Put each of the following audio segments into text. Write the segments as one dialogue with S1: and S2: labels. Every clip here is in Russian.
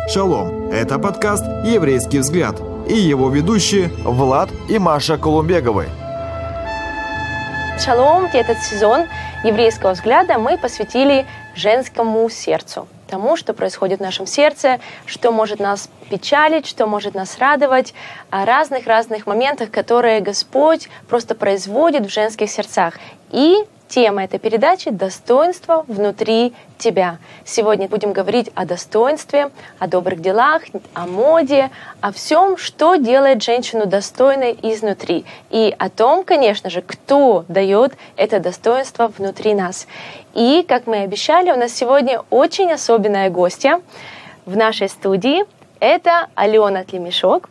S1: Шалом! Это подкаст «Еврейский взгляд» и его ведущие Влад и Маша Колумбеговы.
S2: Шалом! Этот сезон еврейского взгляда мы посвятили женскому сердцу. Тому, что происходит в нашем сердце, что может нас печалить, что может нас радовать, о разных моментах, которые Господь просто производит в женских сердцах. И тема этой передачи — «Достоинство внутри тебя». Сегодня будем говорить о достоинстве, о добрых делах, о моде, о всем, что делает женщину достойной изнутри. И о том, конечно же, кто дает это достоинство внутри нас. И, как мы и обещали, у нас сегодня очень особенная гостья в нашей студии. Это Алена Тлемишок.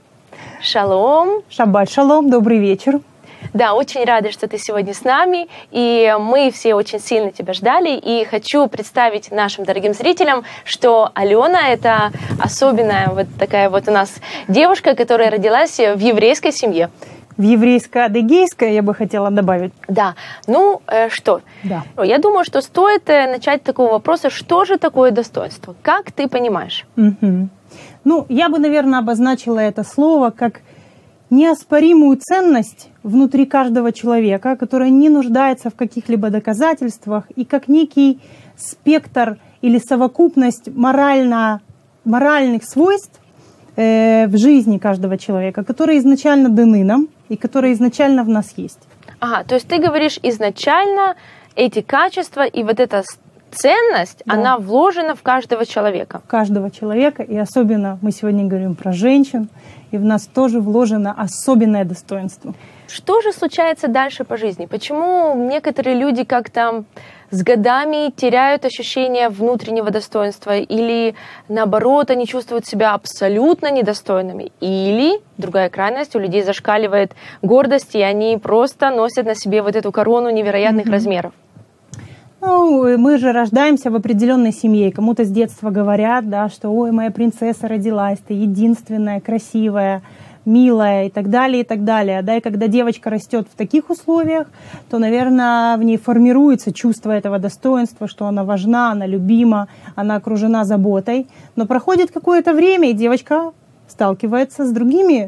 S2: Шалом.
S3: Шаббат шалом, добрый вечер.
S2: Да, очень рада, что ты сегодня с нами, и мы все очень сильно тебя ждали, и хочу представить нашим дорогим зрителям, что Алена — это особенная вот такая вот у нас девушка, которая родилась в еврейской семье.
S3: В еврейско-адыгейской я бы хотела добавить.
S2: Да, что?
S3: Да.
S2: Я думаю, что стоит начать с такого вопроса, что же такое достоинство? Как ты понимаешь?
S3: Угу. Я бы, наверное, обозначила это слово как неоспоримую ценность внутри каждого человека, которая не нуждается в каких-либо доказательствах, и как некий спектр или совокупность моральных свойств в жизни каждого человека, которые изначально даны нам и которые изначально в нас есть.
S2: Ага, то есть ты говоришь, изначально эти качества и вот эта ценность, да, она вложена в каждого человека.
S3: В каждого человека, и особенно мы сегодня говорим про женщин, и в нас тоже вложено особенное достоинство.
S2: Что же случается дальше по жизни? Почему некоторые люди как-то с годами теряют ощущение внутреннего достоинства, или наоборот, они чувствуют себя абсолютно недостойными? Или, другая крайность, у людей зашкаливает гордость, и они просто носят на себе вот эту корону невероятных размеров?
S3: Мы же рождаемся в определенной семье, и кому-то с детства говорят, да, что «Ой, моя принцесса родилась, ты единственная, красивая, милая» и так далее, и так далее. Да, и когда девочка растет в таких условиях, то, наверное, в ней формируется чувство этого достоинства, что она важна, она любима, она окружена заботой. Но проходит какое-то время, и девочка сталкивается с другими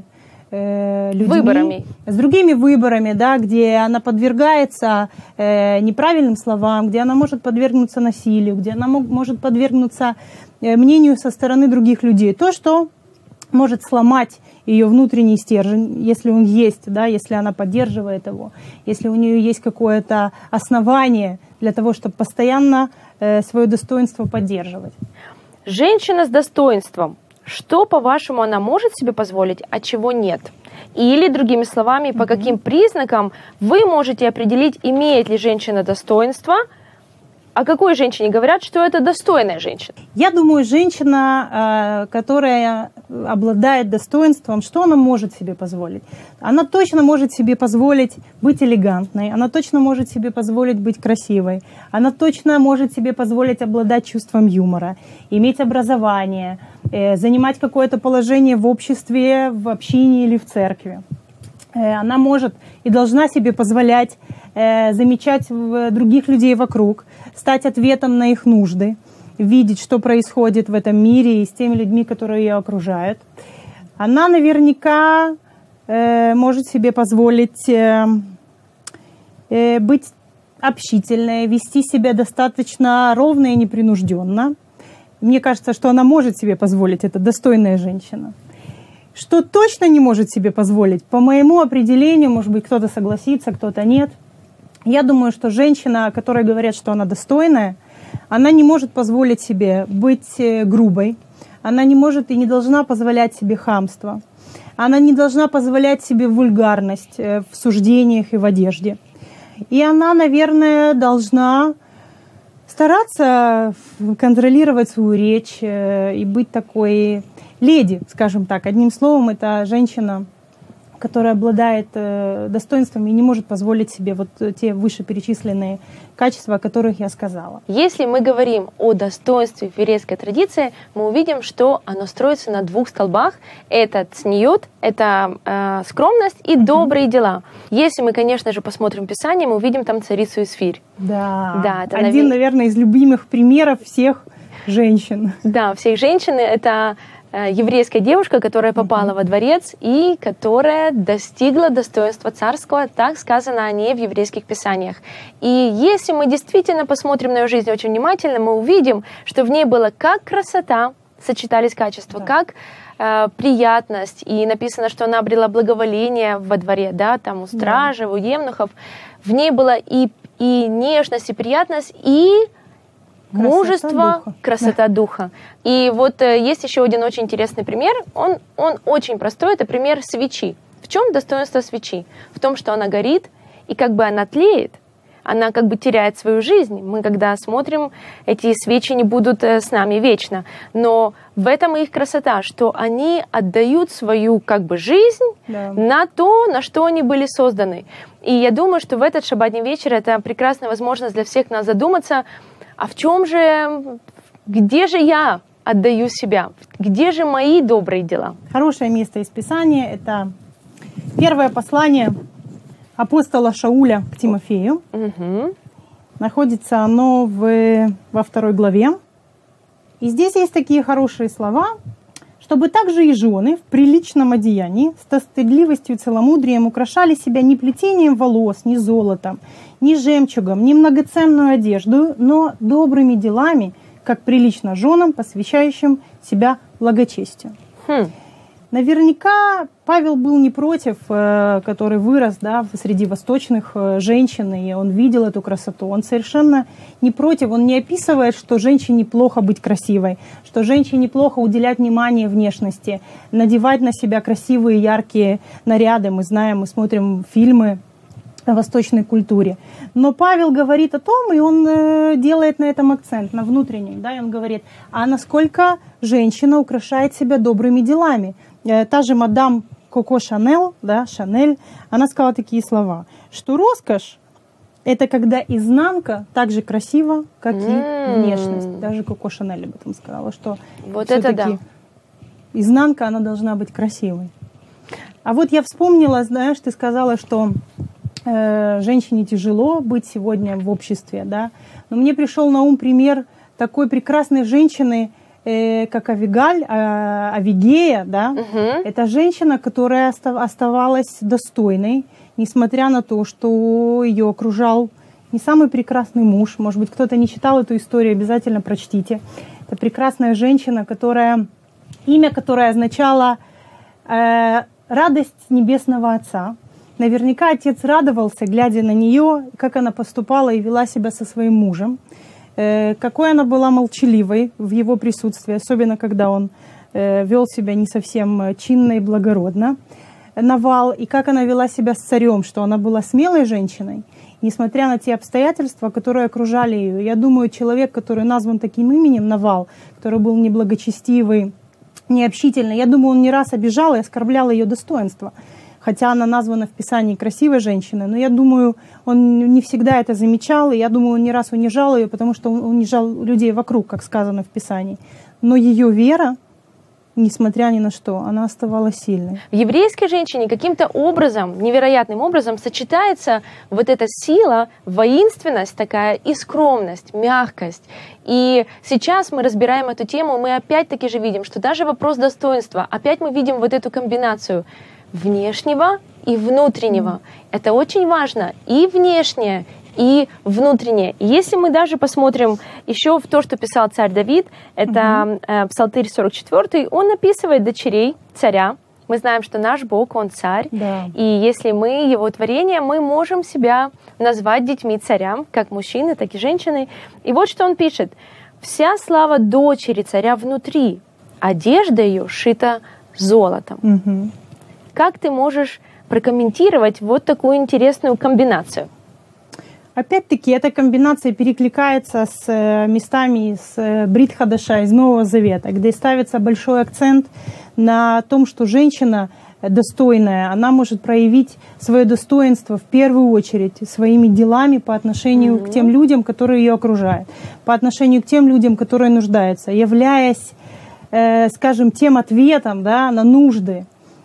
S3: людьми, с другими выборами, да, где она подвергается неправильным словам, где она может подвергнуться насилию, где она может подвергнуться мнению со стороны других людей. То, что может сломать ее внутренний стержень, если он есть, да, если она поддерживает его, если у нее есть какое-то основание для того, чтобы постоянно свое достоинство поддерживать.
S2: Женщина с достоинством. Что, по-вашему, она может себе позволить, а чего нет? Или, другими словами, по каким признакам вы можете определить, имеет ли женщина достоинство? О какой женщине говорят, что это достойная женщина?
S3: Я думаю, женщина, которая обладает достоинством, что она может себе позволить? Она точно может себе позволить быть элегантной, она точно может себе позволить быть красивой, она точно может себе позволить обладать чувством юмора, иметь образование, занимать какое-то положение в обществе, в общине или в церкви. Она может и должна себе позволять замечать других людей вокруг, стать ответом на их нужды, видеть, что происходит в этом мире и с теми людьми, которые ее окружают. Она наверняка может себе позволить быть общительной, вести себя достаточно ровно и непринужденно. Мне кажется, что она может себе позволить, это достойная женщина. Что точно не может себе позволить, по моему определению, может быть, кто-то согласится, кто-то нет. Я думаю, что женщина, которая говорит, что она достойная, она не может позволить себе быть грубой, она не может и не должна позволять себе хамство, она не должна позволять себе вульгарность в суждениях и в одежде. И она, наверное, должна стараться контролировать свою речь и быть такой леди, скажем так. Одним словом, это женщина, которая обладает достоинством и не может позволить себе вот те вышеперечисленные качества, о которых я сказала.
S2: Если мы говорим о достоинстве в еврейской традиции, мы увидим, что оно строится на двух столбах. Это цниют, это скромность и добрые дела. Если мы, конечно же, посмотрим Писание, мы увидим там царицу Эсфирь.
S3: Да, это наверное, из любимых примеров всех женщин.
S2: Да, всех женщин. Это еврейская девушка, которая попала во дворец и которая достигла достоинства царского, так сказано о ней в еврейских писаниях. И если мы действительно посмотрим на ее жизнь очень внимательно, мы увидим, что в ней была как красота, сочетались качества, как приятность, и написано, что она обрела благоволение во дворе, да, там у стражей, у евнухов. В ней была и нежность, и приятность, и мужество, красота духа. И вот есть еще один очень интересный пример. Он очень простой. Это пример свечи. В чем достоинство свечи? В том, что она горит, и как бы она тлеет, она как бы теряет свою жизнь. Мы, когда смотрим, эти свечи не будут с нами вечно. Но в этом и их красота, что они отдают свою как бы жизнь на то, на что они были созданы. И я думаю, что в этот шаббатный вечер это прекрасная возможность для всех нас задуматься, а в чем же, где же я отдаю себя? Где же мои добрые дела?
S3: Хорошее место из Писания – это первое послание апостола Шауля к Тимофею. Находится оно во 2 главе. И здесь есть такие хорошие слова, чтобы также и жены в приличном одеянии, с стыдливостью и целомудрием украшали себя не плетением волос, не золотом, не жемчугом, не многоценную одежду, но добрыми делами, как прилично женам, посвящающим себя благочестию. Наверняка Павел был не против, который вырос среди восточных женщин, и он видел эту красоту. Он совершенно не против, он не описывает, что женщине плохо быть красивой, что женщине плохо уделять внимание внешности, надевать на себя красивые, яркие наряды. Мы знаем, мы смотрим фильмы о восточной культуре. Но Павел говорит о том, и он делает на этом акцент, на внутреннем. И он говорит, а насколько женщина украшает себя добрыми делами. Та же мадам Коко Шанель, она сказала такие слова, что роскошь – это когда изнанка так же красива, как и внешность. Даже Коко Шанель об этом сказала, что
S2: вот это
S3: изнанка, она должна быть красивой. А вот я вспомнила, знаешь, ты сказала, что женщине тяжело быть сегодня в обществе, да. Но мне пришел на ум пример такой прекрасной женщины, как Авигея, да. Это женщина, которая оставалась достойной, несмотря на то, что ее окружал не самый прекрасный муж. Может быть, кто-то не читал эту историю, обязательно прочтите. Это прекрасная женщина, имя которой означало радость небесного Отца. Наверняка отец радовался, глядя на нее, как она поступала и вела себя со своим мужем. Какой она была молчаливой в его присутствии, особенно когда он вел себя не совсем чинно и благородно. Навал, и как она вела себя с царем, что она была смелой женщиной, несмотря на те обстоятельства, которые окружали ее. Я думаю, человек, который назван таким именем, Навал, который был неблагочестивый, необщительный, я думаю, он не раз обижал и оскорблял ее достоинство. Хотя она названа в Писании красивой женщиной, но я думаю, он не всегда это замечал, и я думаю, он не раз унижал ее, потому что он унижал людей вокруг, как сказано в Писании. Но ее вера, несмотря ни на что, она оставалась сильной.
S2: В еврейской женщине каким-то образом, невероятным образом сочетается вот эта сила, воинственность такая и скромность, мягкость. И сейчас мы разбираем эту тему, мы опять-таки же видим, что даже вопрос достоинства, опять мы видим вот эту комбинацию внешнего и внутреннего. Это очень важно. И внешнее, и внутреннее. Если мы даже посмотрим еще в то, что писал царь Давид, это Псалтырь 44, он описывает дочерей царя. Мы знаем, что наш Бог, Он царь.
S3: Да.
S2: И если мы Его творение, мы можем себя назвать детьми царя, как мужчины, так и женщины. И вот что он пишет. «Вся слава дочери царя внутри, одежда ее шита золотом». Как ты можешь прокомментировать вот такую интересную комбинацию?
S3: Опять-таки, эта комбинация перекликается с местами из Брит Хадаша, из Нового Завета, где ставится большой акцент на том, что женщина достойная, она может проявить свое достоинство в первую очередь своими делами по отношению к тем людям, которые ее окружают, по отношению к тем людям, которые нуждаются, являясь, скажем, тем ответом, да, на нужды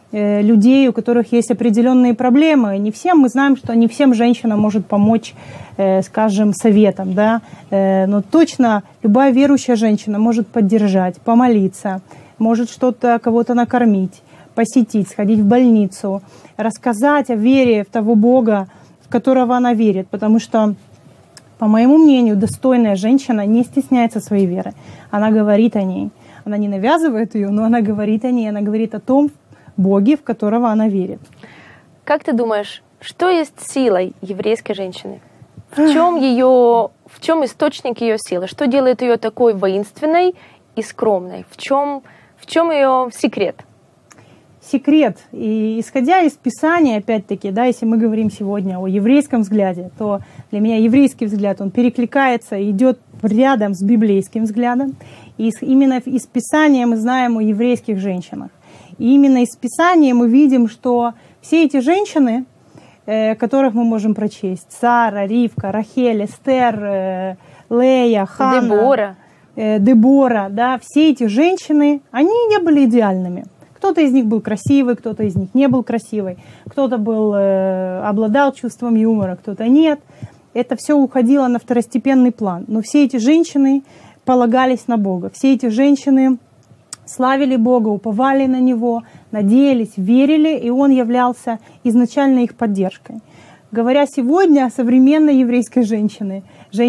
S3: людей, у которых есть определенные проблемы. Не всем, мы знаем, что не всем женщина может помочь, скажем, советом, да, но точно любая верующая женщина может поддержать, помолиться, может что-то, кого-то накормить, посетить, сходить в больницу, рассказать о вере в того Бога, в которого она верит, потому что, по моему мнению, достойная женщина не стесняется своей веры. Она говорит о ней. Она не навязывает ее, но она говорит о ней, она говорит о том Боге, в которого она верит.
S2: Как ты думаешь, что есть силой еврейской женщины? В чем источник ее силы? Что делает ее такой воинственной и скромной? В чем ее секрет?
S3: Секрет. И исходя из Писания, опять-таки, да, если мы говорим сегодня о еврейском взгляде, то для меня еврейский взгляд, он перекликается и идет рядом с библейским взглядом. И именно из Писания мы знаем о еврейских женщинах. И именно из Писания мы видим, что все эти женщины, которых мы можем прочесть, Сара, Ривка, Рахель, Эстер, Лея, Ханна, Дебора, да, все эти женщины, они не были идеальными. Кто-то из них был красивый, кто-то из них не был красивый, кто-то обладал чувством юмора, кто-то нет. Это все уходило на второстепенный план. Но все эти женщины полагались на Бога. Все эти женщины славили Бога, уповали на Него, надеялись, верили, и Он являлся изначально их поддержкой. Говоря сегодня о современной еврейской женщине,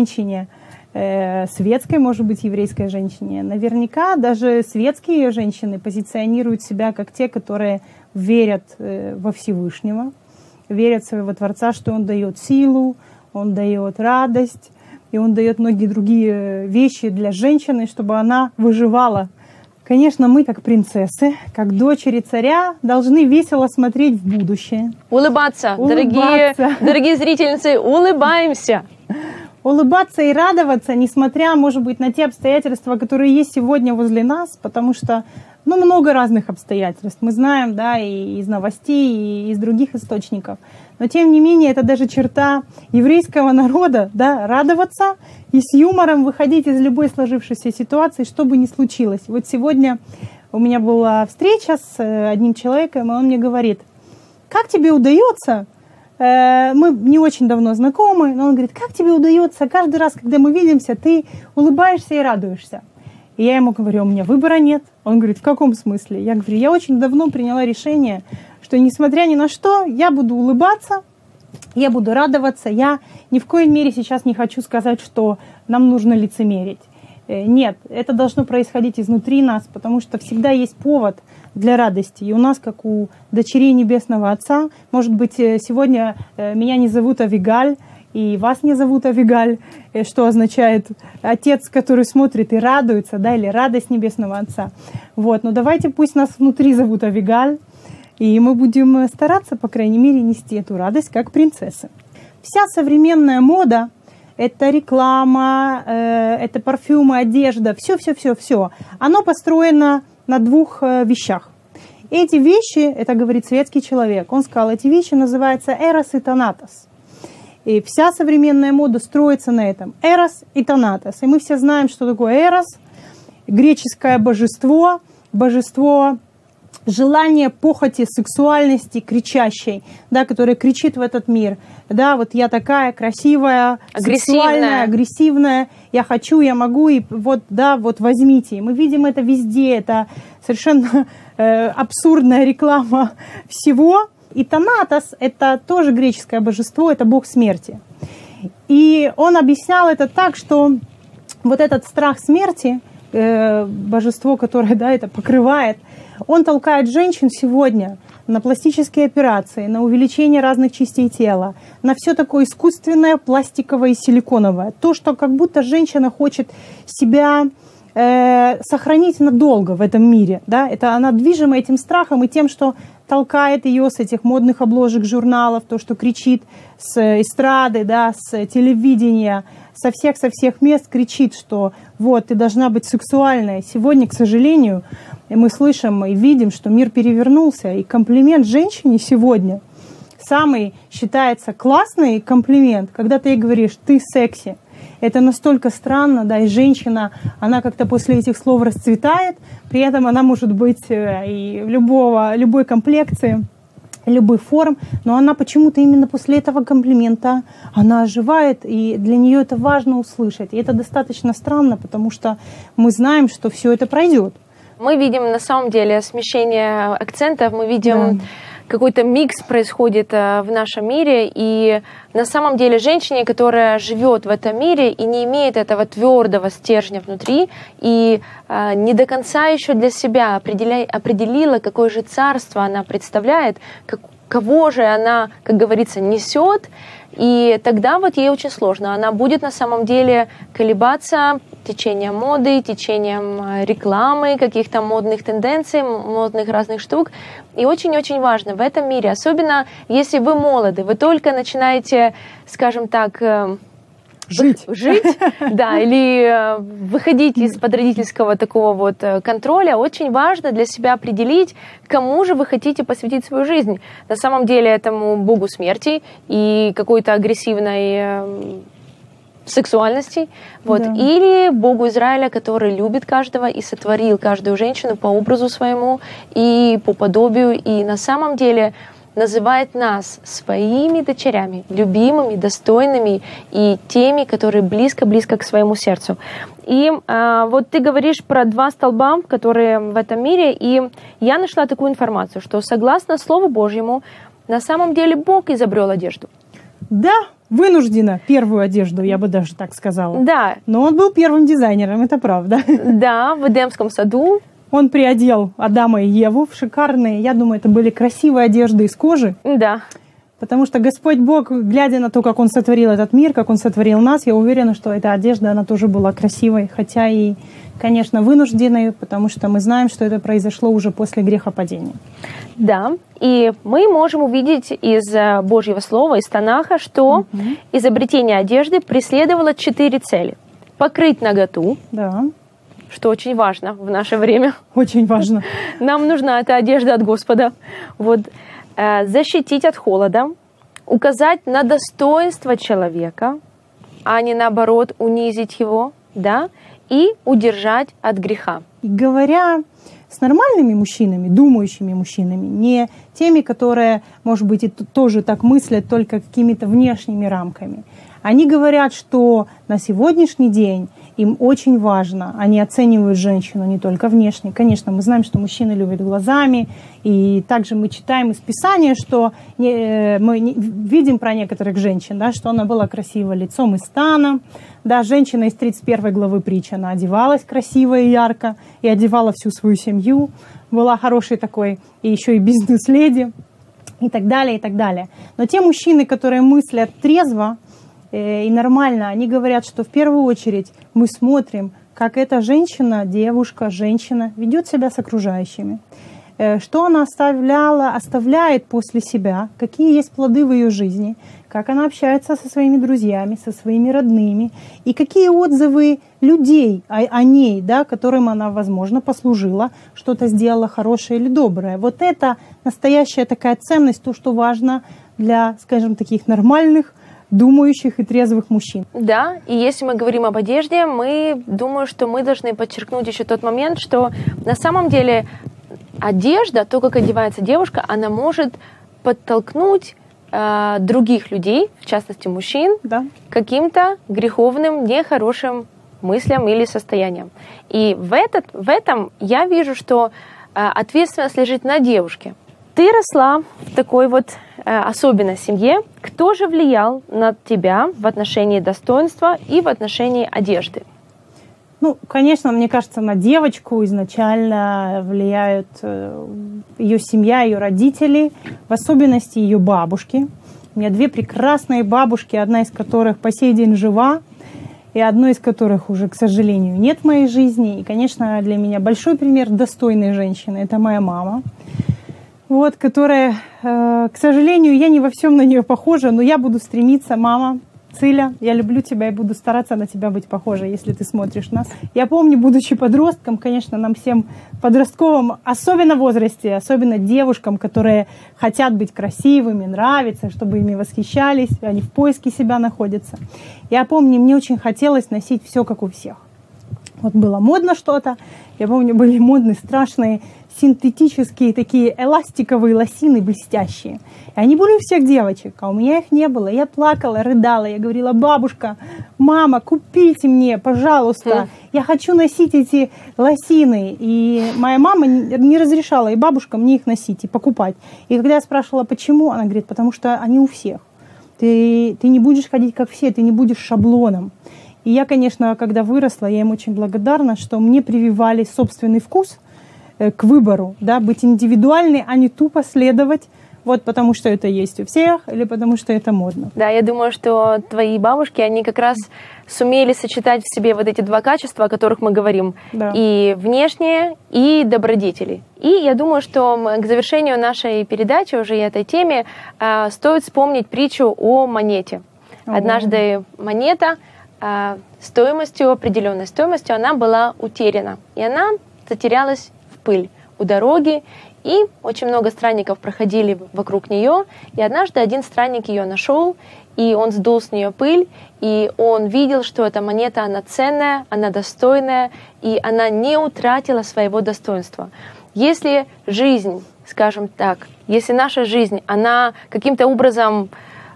S3: светской, может быть, еврейской женщине, наверняка даже светские женщины позиционируют себя как те, которые верят во Всевышнего, верят в своего Творца, что Он дает силу, Он дает радость, и Он дает многие другие вещи для женщины, чтобы она выживала. Конечно, мы, как принцессы, как дочери царя, должны весело смотреть в будущее.
S2: Улыбаться. Дорогие зрительницы, улыбаемся.
S3: Улыбаться и радоваться, несмотря, может быть, на те обстоятельства, которые есть сегодня возле нас, потому что много разных обстоятельств. Мы знаем, да, и из новостей, и из других источников. Но, тем не менее, это даже черта еврейского народа, да, радоваться и с юмором выходить из любой сложившейся ситуации, что бы ни случилось. Вот сегодня у меня была встреча с одним человеком, и он мне говорит: как тебе удается, мы не очень давно знакомы, но он говорит, как тебе удается каждый раз, когда мы видимся, ты улыбаешься и радуешься. И я ему говорю, у меня выбора нет. Он говорит, в каком смысле? Я говорю, я очень давно приняла решение, что несмотря ни на что, я буду улыбаться, я буду радоваться. Я ни в коей мере сейчас не хочу сказать, что нам нужно лицемерить. Нет, это должно происходить изнутри нас, потому что всегда есть повод для радости. И у нас, как у дочерей Небесного Отца, может быть, сегодня меня не зовут Авигаль, и вас не зовут Авигаль, что означает отец, который смотрит и радуется, да, или радость Небесного Отца. Вот, но давайте пусть нас внутри зовут Авигаль, и мы будем стараться, по крайней мере, нести эту радость как принцессы. Вся современная мода — это реклама, это парфюмы, одежда, все. Оно построено на двух вещах. Эти вещи, это говорит светский человек, он сказал, эти вещи называются эрос и танатос. И вся современная мода строится на этом. Эрос и танатос. И мы все знаем, что такое эрос. Греческое божество, божество желания, похоти, сексуальности, кричащей, да, которая кричит в этот мир. Да, вот я такая красивая, сексуальная, агрессивная, я хочу, я могу, и вот, да, вот возьмите. И мы видим это везде, это совершенно абсурдная реклама всего. И Танатос – это тоже греческое божество, это бог смерти. И он объяснял это так, что вот этот страх смерти, божество, которое, да, это покрывает, он толкает женщин сегодня на пластические операции, на увеличение разных частей тела, на все такое искусственное, пластиковое и силиконовое. То, что как будто женщина хочет себя сохранить надолго в этом мире. Да? Это она движима этим страхом и тем, что толкает ее с этих модных обложек журналов, то, что кричит с эстрады, да, с телевидения, со всех мест кричит, что вот, ты должна быть сексуальной. Сегодня, к сожалению, мы слышим и видим, что мир перевернулся, и комплимент женщине сегодня самый считается классный комплимент, когда ты ей говоришь, ты секси. Это настолько странно, да, и женщина, она как-то после этих слов расцветает, при этом она может быть и любой комплекции, любых форм, но она почему-то именно после этого комплимента, она оживает, и для нее это важно услышать. И это достаточно странно, потому что мы знаем, что все это пройдет.
S2: Мы видим на самом деле смещение акцентов, мы видим какой-то микс происходит в нашем мире, и на самом деле женщине, которая живет в этом мире и не имеет этого твердого стержня внутри, и не до конца еще для себя определила, какое же царство она представляет, кого же она, как говорится, несет, и тогда вот ей очень сложно. Она будет на самом деле колебаться течением моды, течением рекламы, каких-то модных тенденций, модных разных штук. И очень-очень важно в этом мире, особенно если вы молоды, вы только начинаете, скажем так, жить, да, или выходить из-под родительского такого вот контроля, очень важно для себя определить, кому же вы хотите посвятить свою жизнь. На самом деле этому богу смерти и какой-то агрессивной сексуальности, вот, да. Или богу Израиля, который любит каждого и сотворил каждую женщину по образу своему и по подобию, и на самом деле называет нас своими дочерями, любимыми, достойными и теми, которые близко-близко к своему сердцу. И вот ты говоришь про 2 столба, которые в этом мире, и я нашла такую информацию, что согласно Слову Божьему, на самом деле Бог изобрел одежду.
S3: Да, вынужденно первую одежду, я бы даже так сказала.
S2: Да.
S3: Но он был первым дизайнером, это правда.
S2: Да, в Эдемском саду.
S3: Он приодел Адама и Еву в шикарные, я думаю, это были красивые одежды из кожи.
S2: Да.
S3: Потому что Господь Бог, глядя на то, как Он сотворил этот мир, как Он сотворил нас, я уверена, что эта одежда, она тоже была красивой, хотя и, конечно, вынужденной, потому что мы знаем, что это произошло уже после грехопадения.
S2: Да, и мы можем увидеть из Божьего Слова, из Танаха, что изобретение одежды преследовало 4 цели. Покрыть наготу.
S3: Да.
S2: Что очень важно в наше время.
S3: Очень важно.
S2: Нам нужна эта одежда от Господа. Вот. Защитить от холода, указать на достоинство человека, а не наоборот унизить его, да, и удержать от греха.
S3: И говоря с нормальными мужчинами, думающими мужчинами, не теми, которые, может быть, и тоже так мыслят, только какими-то внешними рамками. Они говорят, что на сегодняшний день им очень важно, они оценивают женщину не только внешне. Конечно, мы знаем, что мужчины любят глазами, и также мы читаем из Писания, что мы видим про некоторых женщин, да, что она была красива лицом и станом. Да, женщина из 31 главы притчи, она одевалась красиво и ярко, и одевала всю свою семью, была хорошей такой, и еще и бизнес-леди, и так далее, и так далее. Но те мужчины, которые мыслят трезво, и нормально, они говорят, что в первую очередь мы смотрим, как эта женщина, девушка, женщина ведет себя с окружающими, что она оставляет после себя, какие есть плоды в ее жизни, как она общается со своими друзьями, со своими родными, и какие отзывы людей о ней, да, которым она, возможно, послужила, что-то сделала хорошее или доброе. Вот это настоящая такая ценность, то, что важно для, скажем, таких нормальных, думающих и трезвых мужчин.
S2: Да, и если мы говорим об одежде, думаю, что мы должны подчеркнуть еще тот момент, что на самом деле одежда, то, как одевается девушка, она может подтолкнуть других людей, в частности мужчин, да, к каким-то греховным, нехорошим мыслям или состояниям. И в этом я вижу, что ответственность лежит на девушке. Ты росла в такой вот особенной семье. Кто же влиял на тебя в отношении достоинства и в отношении одежды?
S3: Ну, конечно, мне кажется, на девочку изначально влияют ее семья, ее родители, в особенности ее бабушки. У меня 2 прекрасные бабушки, одна из которых по сей день жива, и одной из которых уже, к сожалению, нет в моей жизни. И, конечно, для меня большой пример достойной женщины – это моя мама. Вот, которая, к сожалению, я не во всем на нее похожа, но я буду стремиться, мама, Циля, я люблю тебя и буду стараться на тебя быть похожей, если ты смотришь нас. Я помню, будучи подростком, конечно, нам всем в подростковом, особенно возрасте, особенно девушкам, которые хотят быть красивыми, нравится, чтобы ими восхищались, они в поиске себя находятся. Я помню, мне очень хотелось носить все, как у всех. Вот было модно что-то, я помню, были модные страшные синтетические такие эластиковые лосины блестящие. И они были у всех девочек, а у меня их не было. Я плакала, рыдала, я говорила: бабушка, мама, купите мне, пожалуйста, я хочу носить эти лосины. И моя мама не разрешала и бабушкам мне их носить и покупать. И когда я спрашивала, почему, она говорит: потому что они у всех. Ты не будешь ходить как все, ты не будешь шаблоном. И я, конечно, когда выросла, я им очень благодарна, что мне прививали собственный вкус к выбору, да, быть индивидуальной, а не тупо следовать, вот потому что это есть у всех или потому что это модно.
S2: Да, я думаю, что твои бабушки, они как раз сумели сочетать в себе вот эти два качества, о которых мы говорим,
S3: да.
S2: И внешние, и добродетели. И я думаю, что к завершению нашей передачи уже и этой теме стоит вспомнить притчу о монете. Однажды монета стоимостью, определенной стоимостью, она была утеряна, и она затерялась пыль у дороги, и очень много странников проходили вокруг нее, и однажды один странник ее нашел, и он сдул с нее пыль, и он видел, что эта монета, она ценная, она достойная, и она не утратила своего достоинства. Если жизнь, скажем так, если наша жизнь, она каким-то образом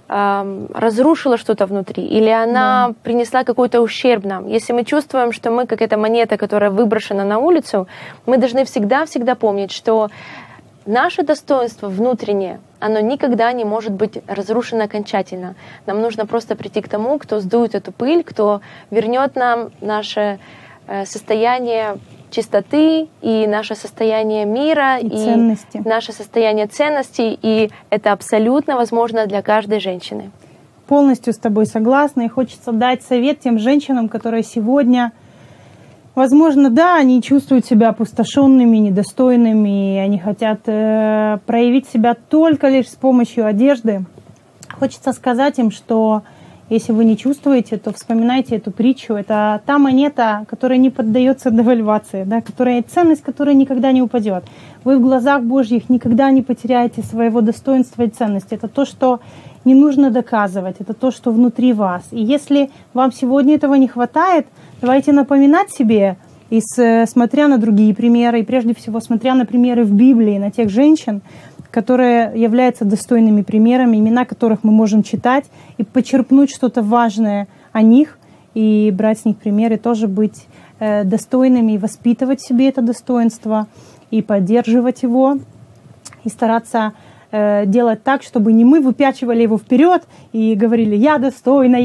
S2: разрушила что-то внутри, или она принесла какой-то ущерб нам. Если мы чувствуем, что мы как эта монета, которая выброшена на улицу, мы должны всегда помнить, что наше достоинство внутреннее, оно никогда не может быть разрушено окончательно. Нам нужно просто прийти к тому, кто сдует эту пыль, кто вернет нам наше состояние чистоты и наше состояние мира, и наше состояние ценностей, и это абсолютно возможно для каждой женщины.
S3: Полностью с тобой согласна, и хочется дать совет тем женщинам, которые сегодня, возможно, да, они чувствуют себя опустошенными, недостойными, и они хотят проявить себя только лишь с помощью одежды. Хочется сказать им, что если вы не чувствуете, то вспоминайте эту притчу. Это та монета, которая не поддается девальвации, да, ценность которой никогда не упадет. Вы в глазах Божьих никогда не потеряете своего достоинства и ценности. Это то, что не нужно доказывать, это то, что внутри вас. И если вам сегодня этого не хватает, давайте напоминать себе, и смотря на другие примеры, и прежде всего смотря на примеры в Библии, на тех женщин, которые являются достойными примерами, имена которых мы можем читать, и почерпнуть что-то важное о них, и брать с них примеры, тоже быть достойными, и воспитывать в себе это достоинство, и поддерживать его, и стараться делать так, чтобы не мы выпячивали его вперед и говорили: я достойна,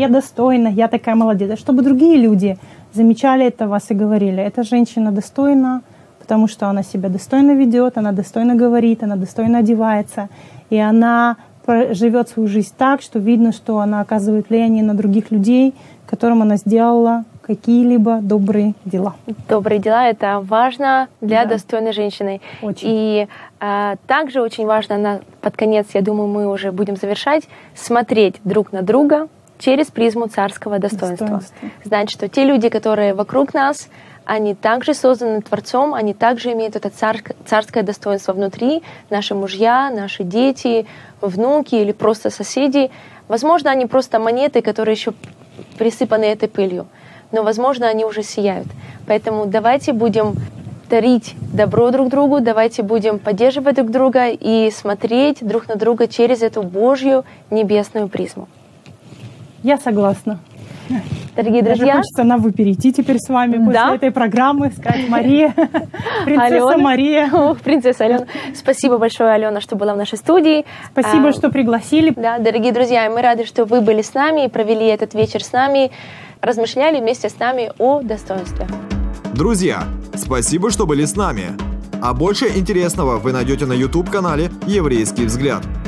S3: я такая молодец, а чтобы другие люди замечали это вас и говорили: эта женщина достойна, потому что она себя достойно ведет, она достойно говорит, она достойно одевается, и она живет свою жизнь так, что видно, что она оказывает влияние на других людей, которым она сделала какие-либо добрые дела. Добрые дела — это важно для достойной женщины. Очень. И также очень важно, под конец, я думаю, мы уже будем завершать, смотреть друг на друга через призму царского достоинства. Знать, что те люди, которые вокруг нас, они также созданы Творцом, они также имеют это царское достоинство внутри, наши мужья, наши дети, внуки или просто соседи. Возможно, они просто монеты, которые еще присыпаны этой пылью, но, возможно, они уже сияют. Поэтому давайте будем дарить добро друг другу, давайте будем поддерживать друг друга и смотреть друг на друга через эту Божью небесную призму. Я согласна. Дорогие друзья, даже хочется на «вы» перейти теперь с вами после этой программы, сказать: Мария, принцесса Мария. Ох, принцесса Алена. Спасибо большое, Алена, что была в нашей студии. Спасибо, что пригласили. Да, дорогие друзья, мы рады, что вы были с нами и провели этот вечер с нами, размышляли вместе с нами о достоинстве.
S1: Друзья, спасибо, что были с нами. А больше интересного вы найдете на YouTube-канале «Еврейский взгляд».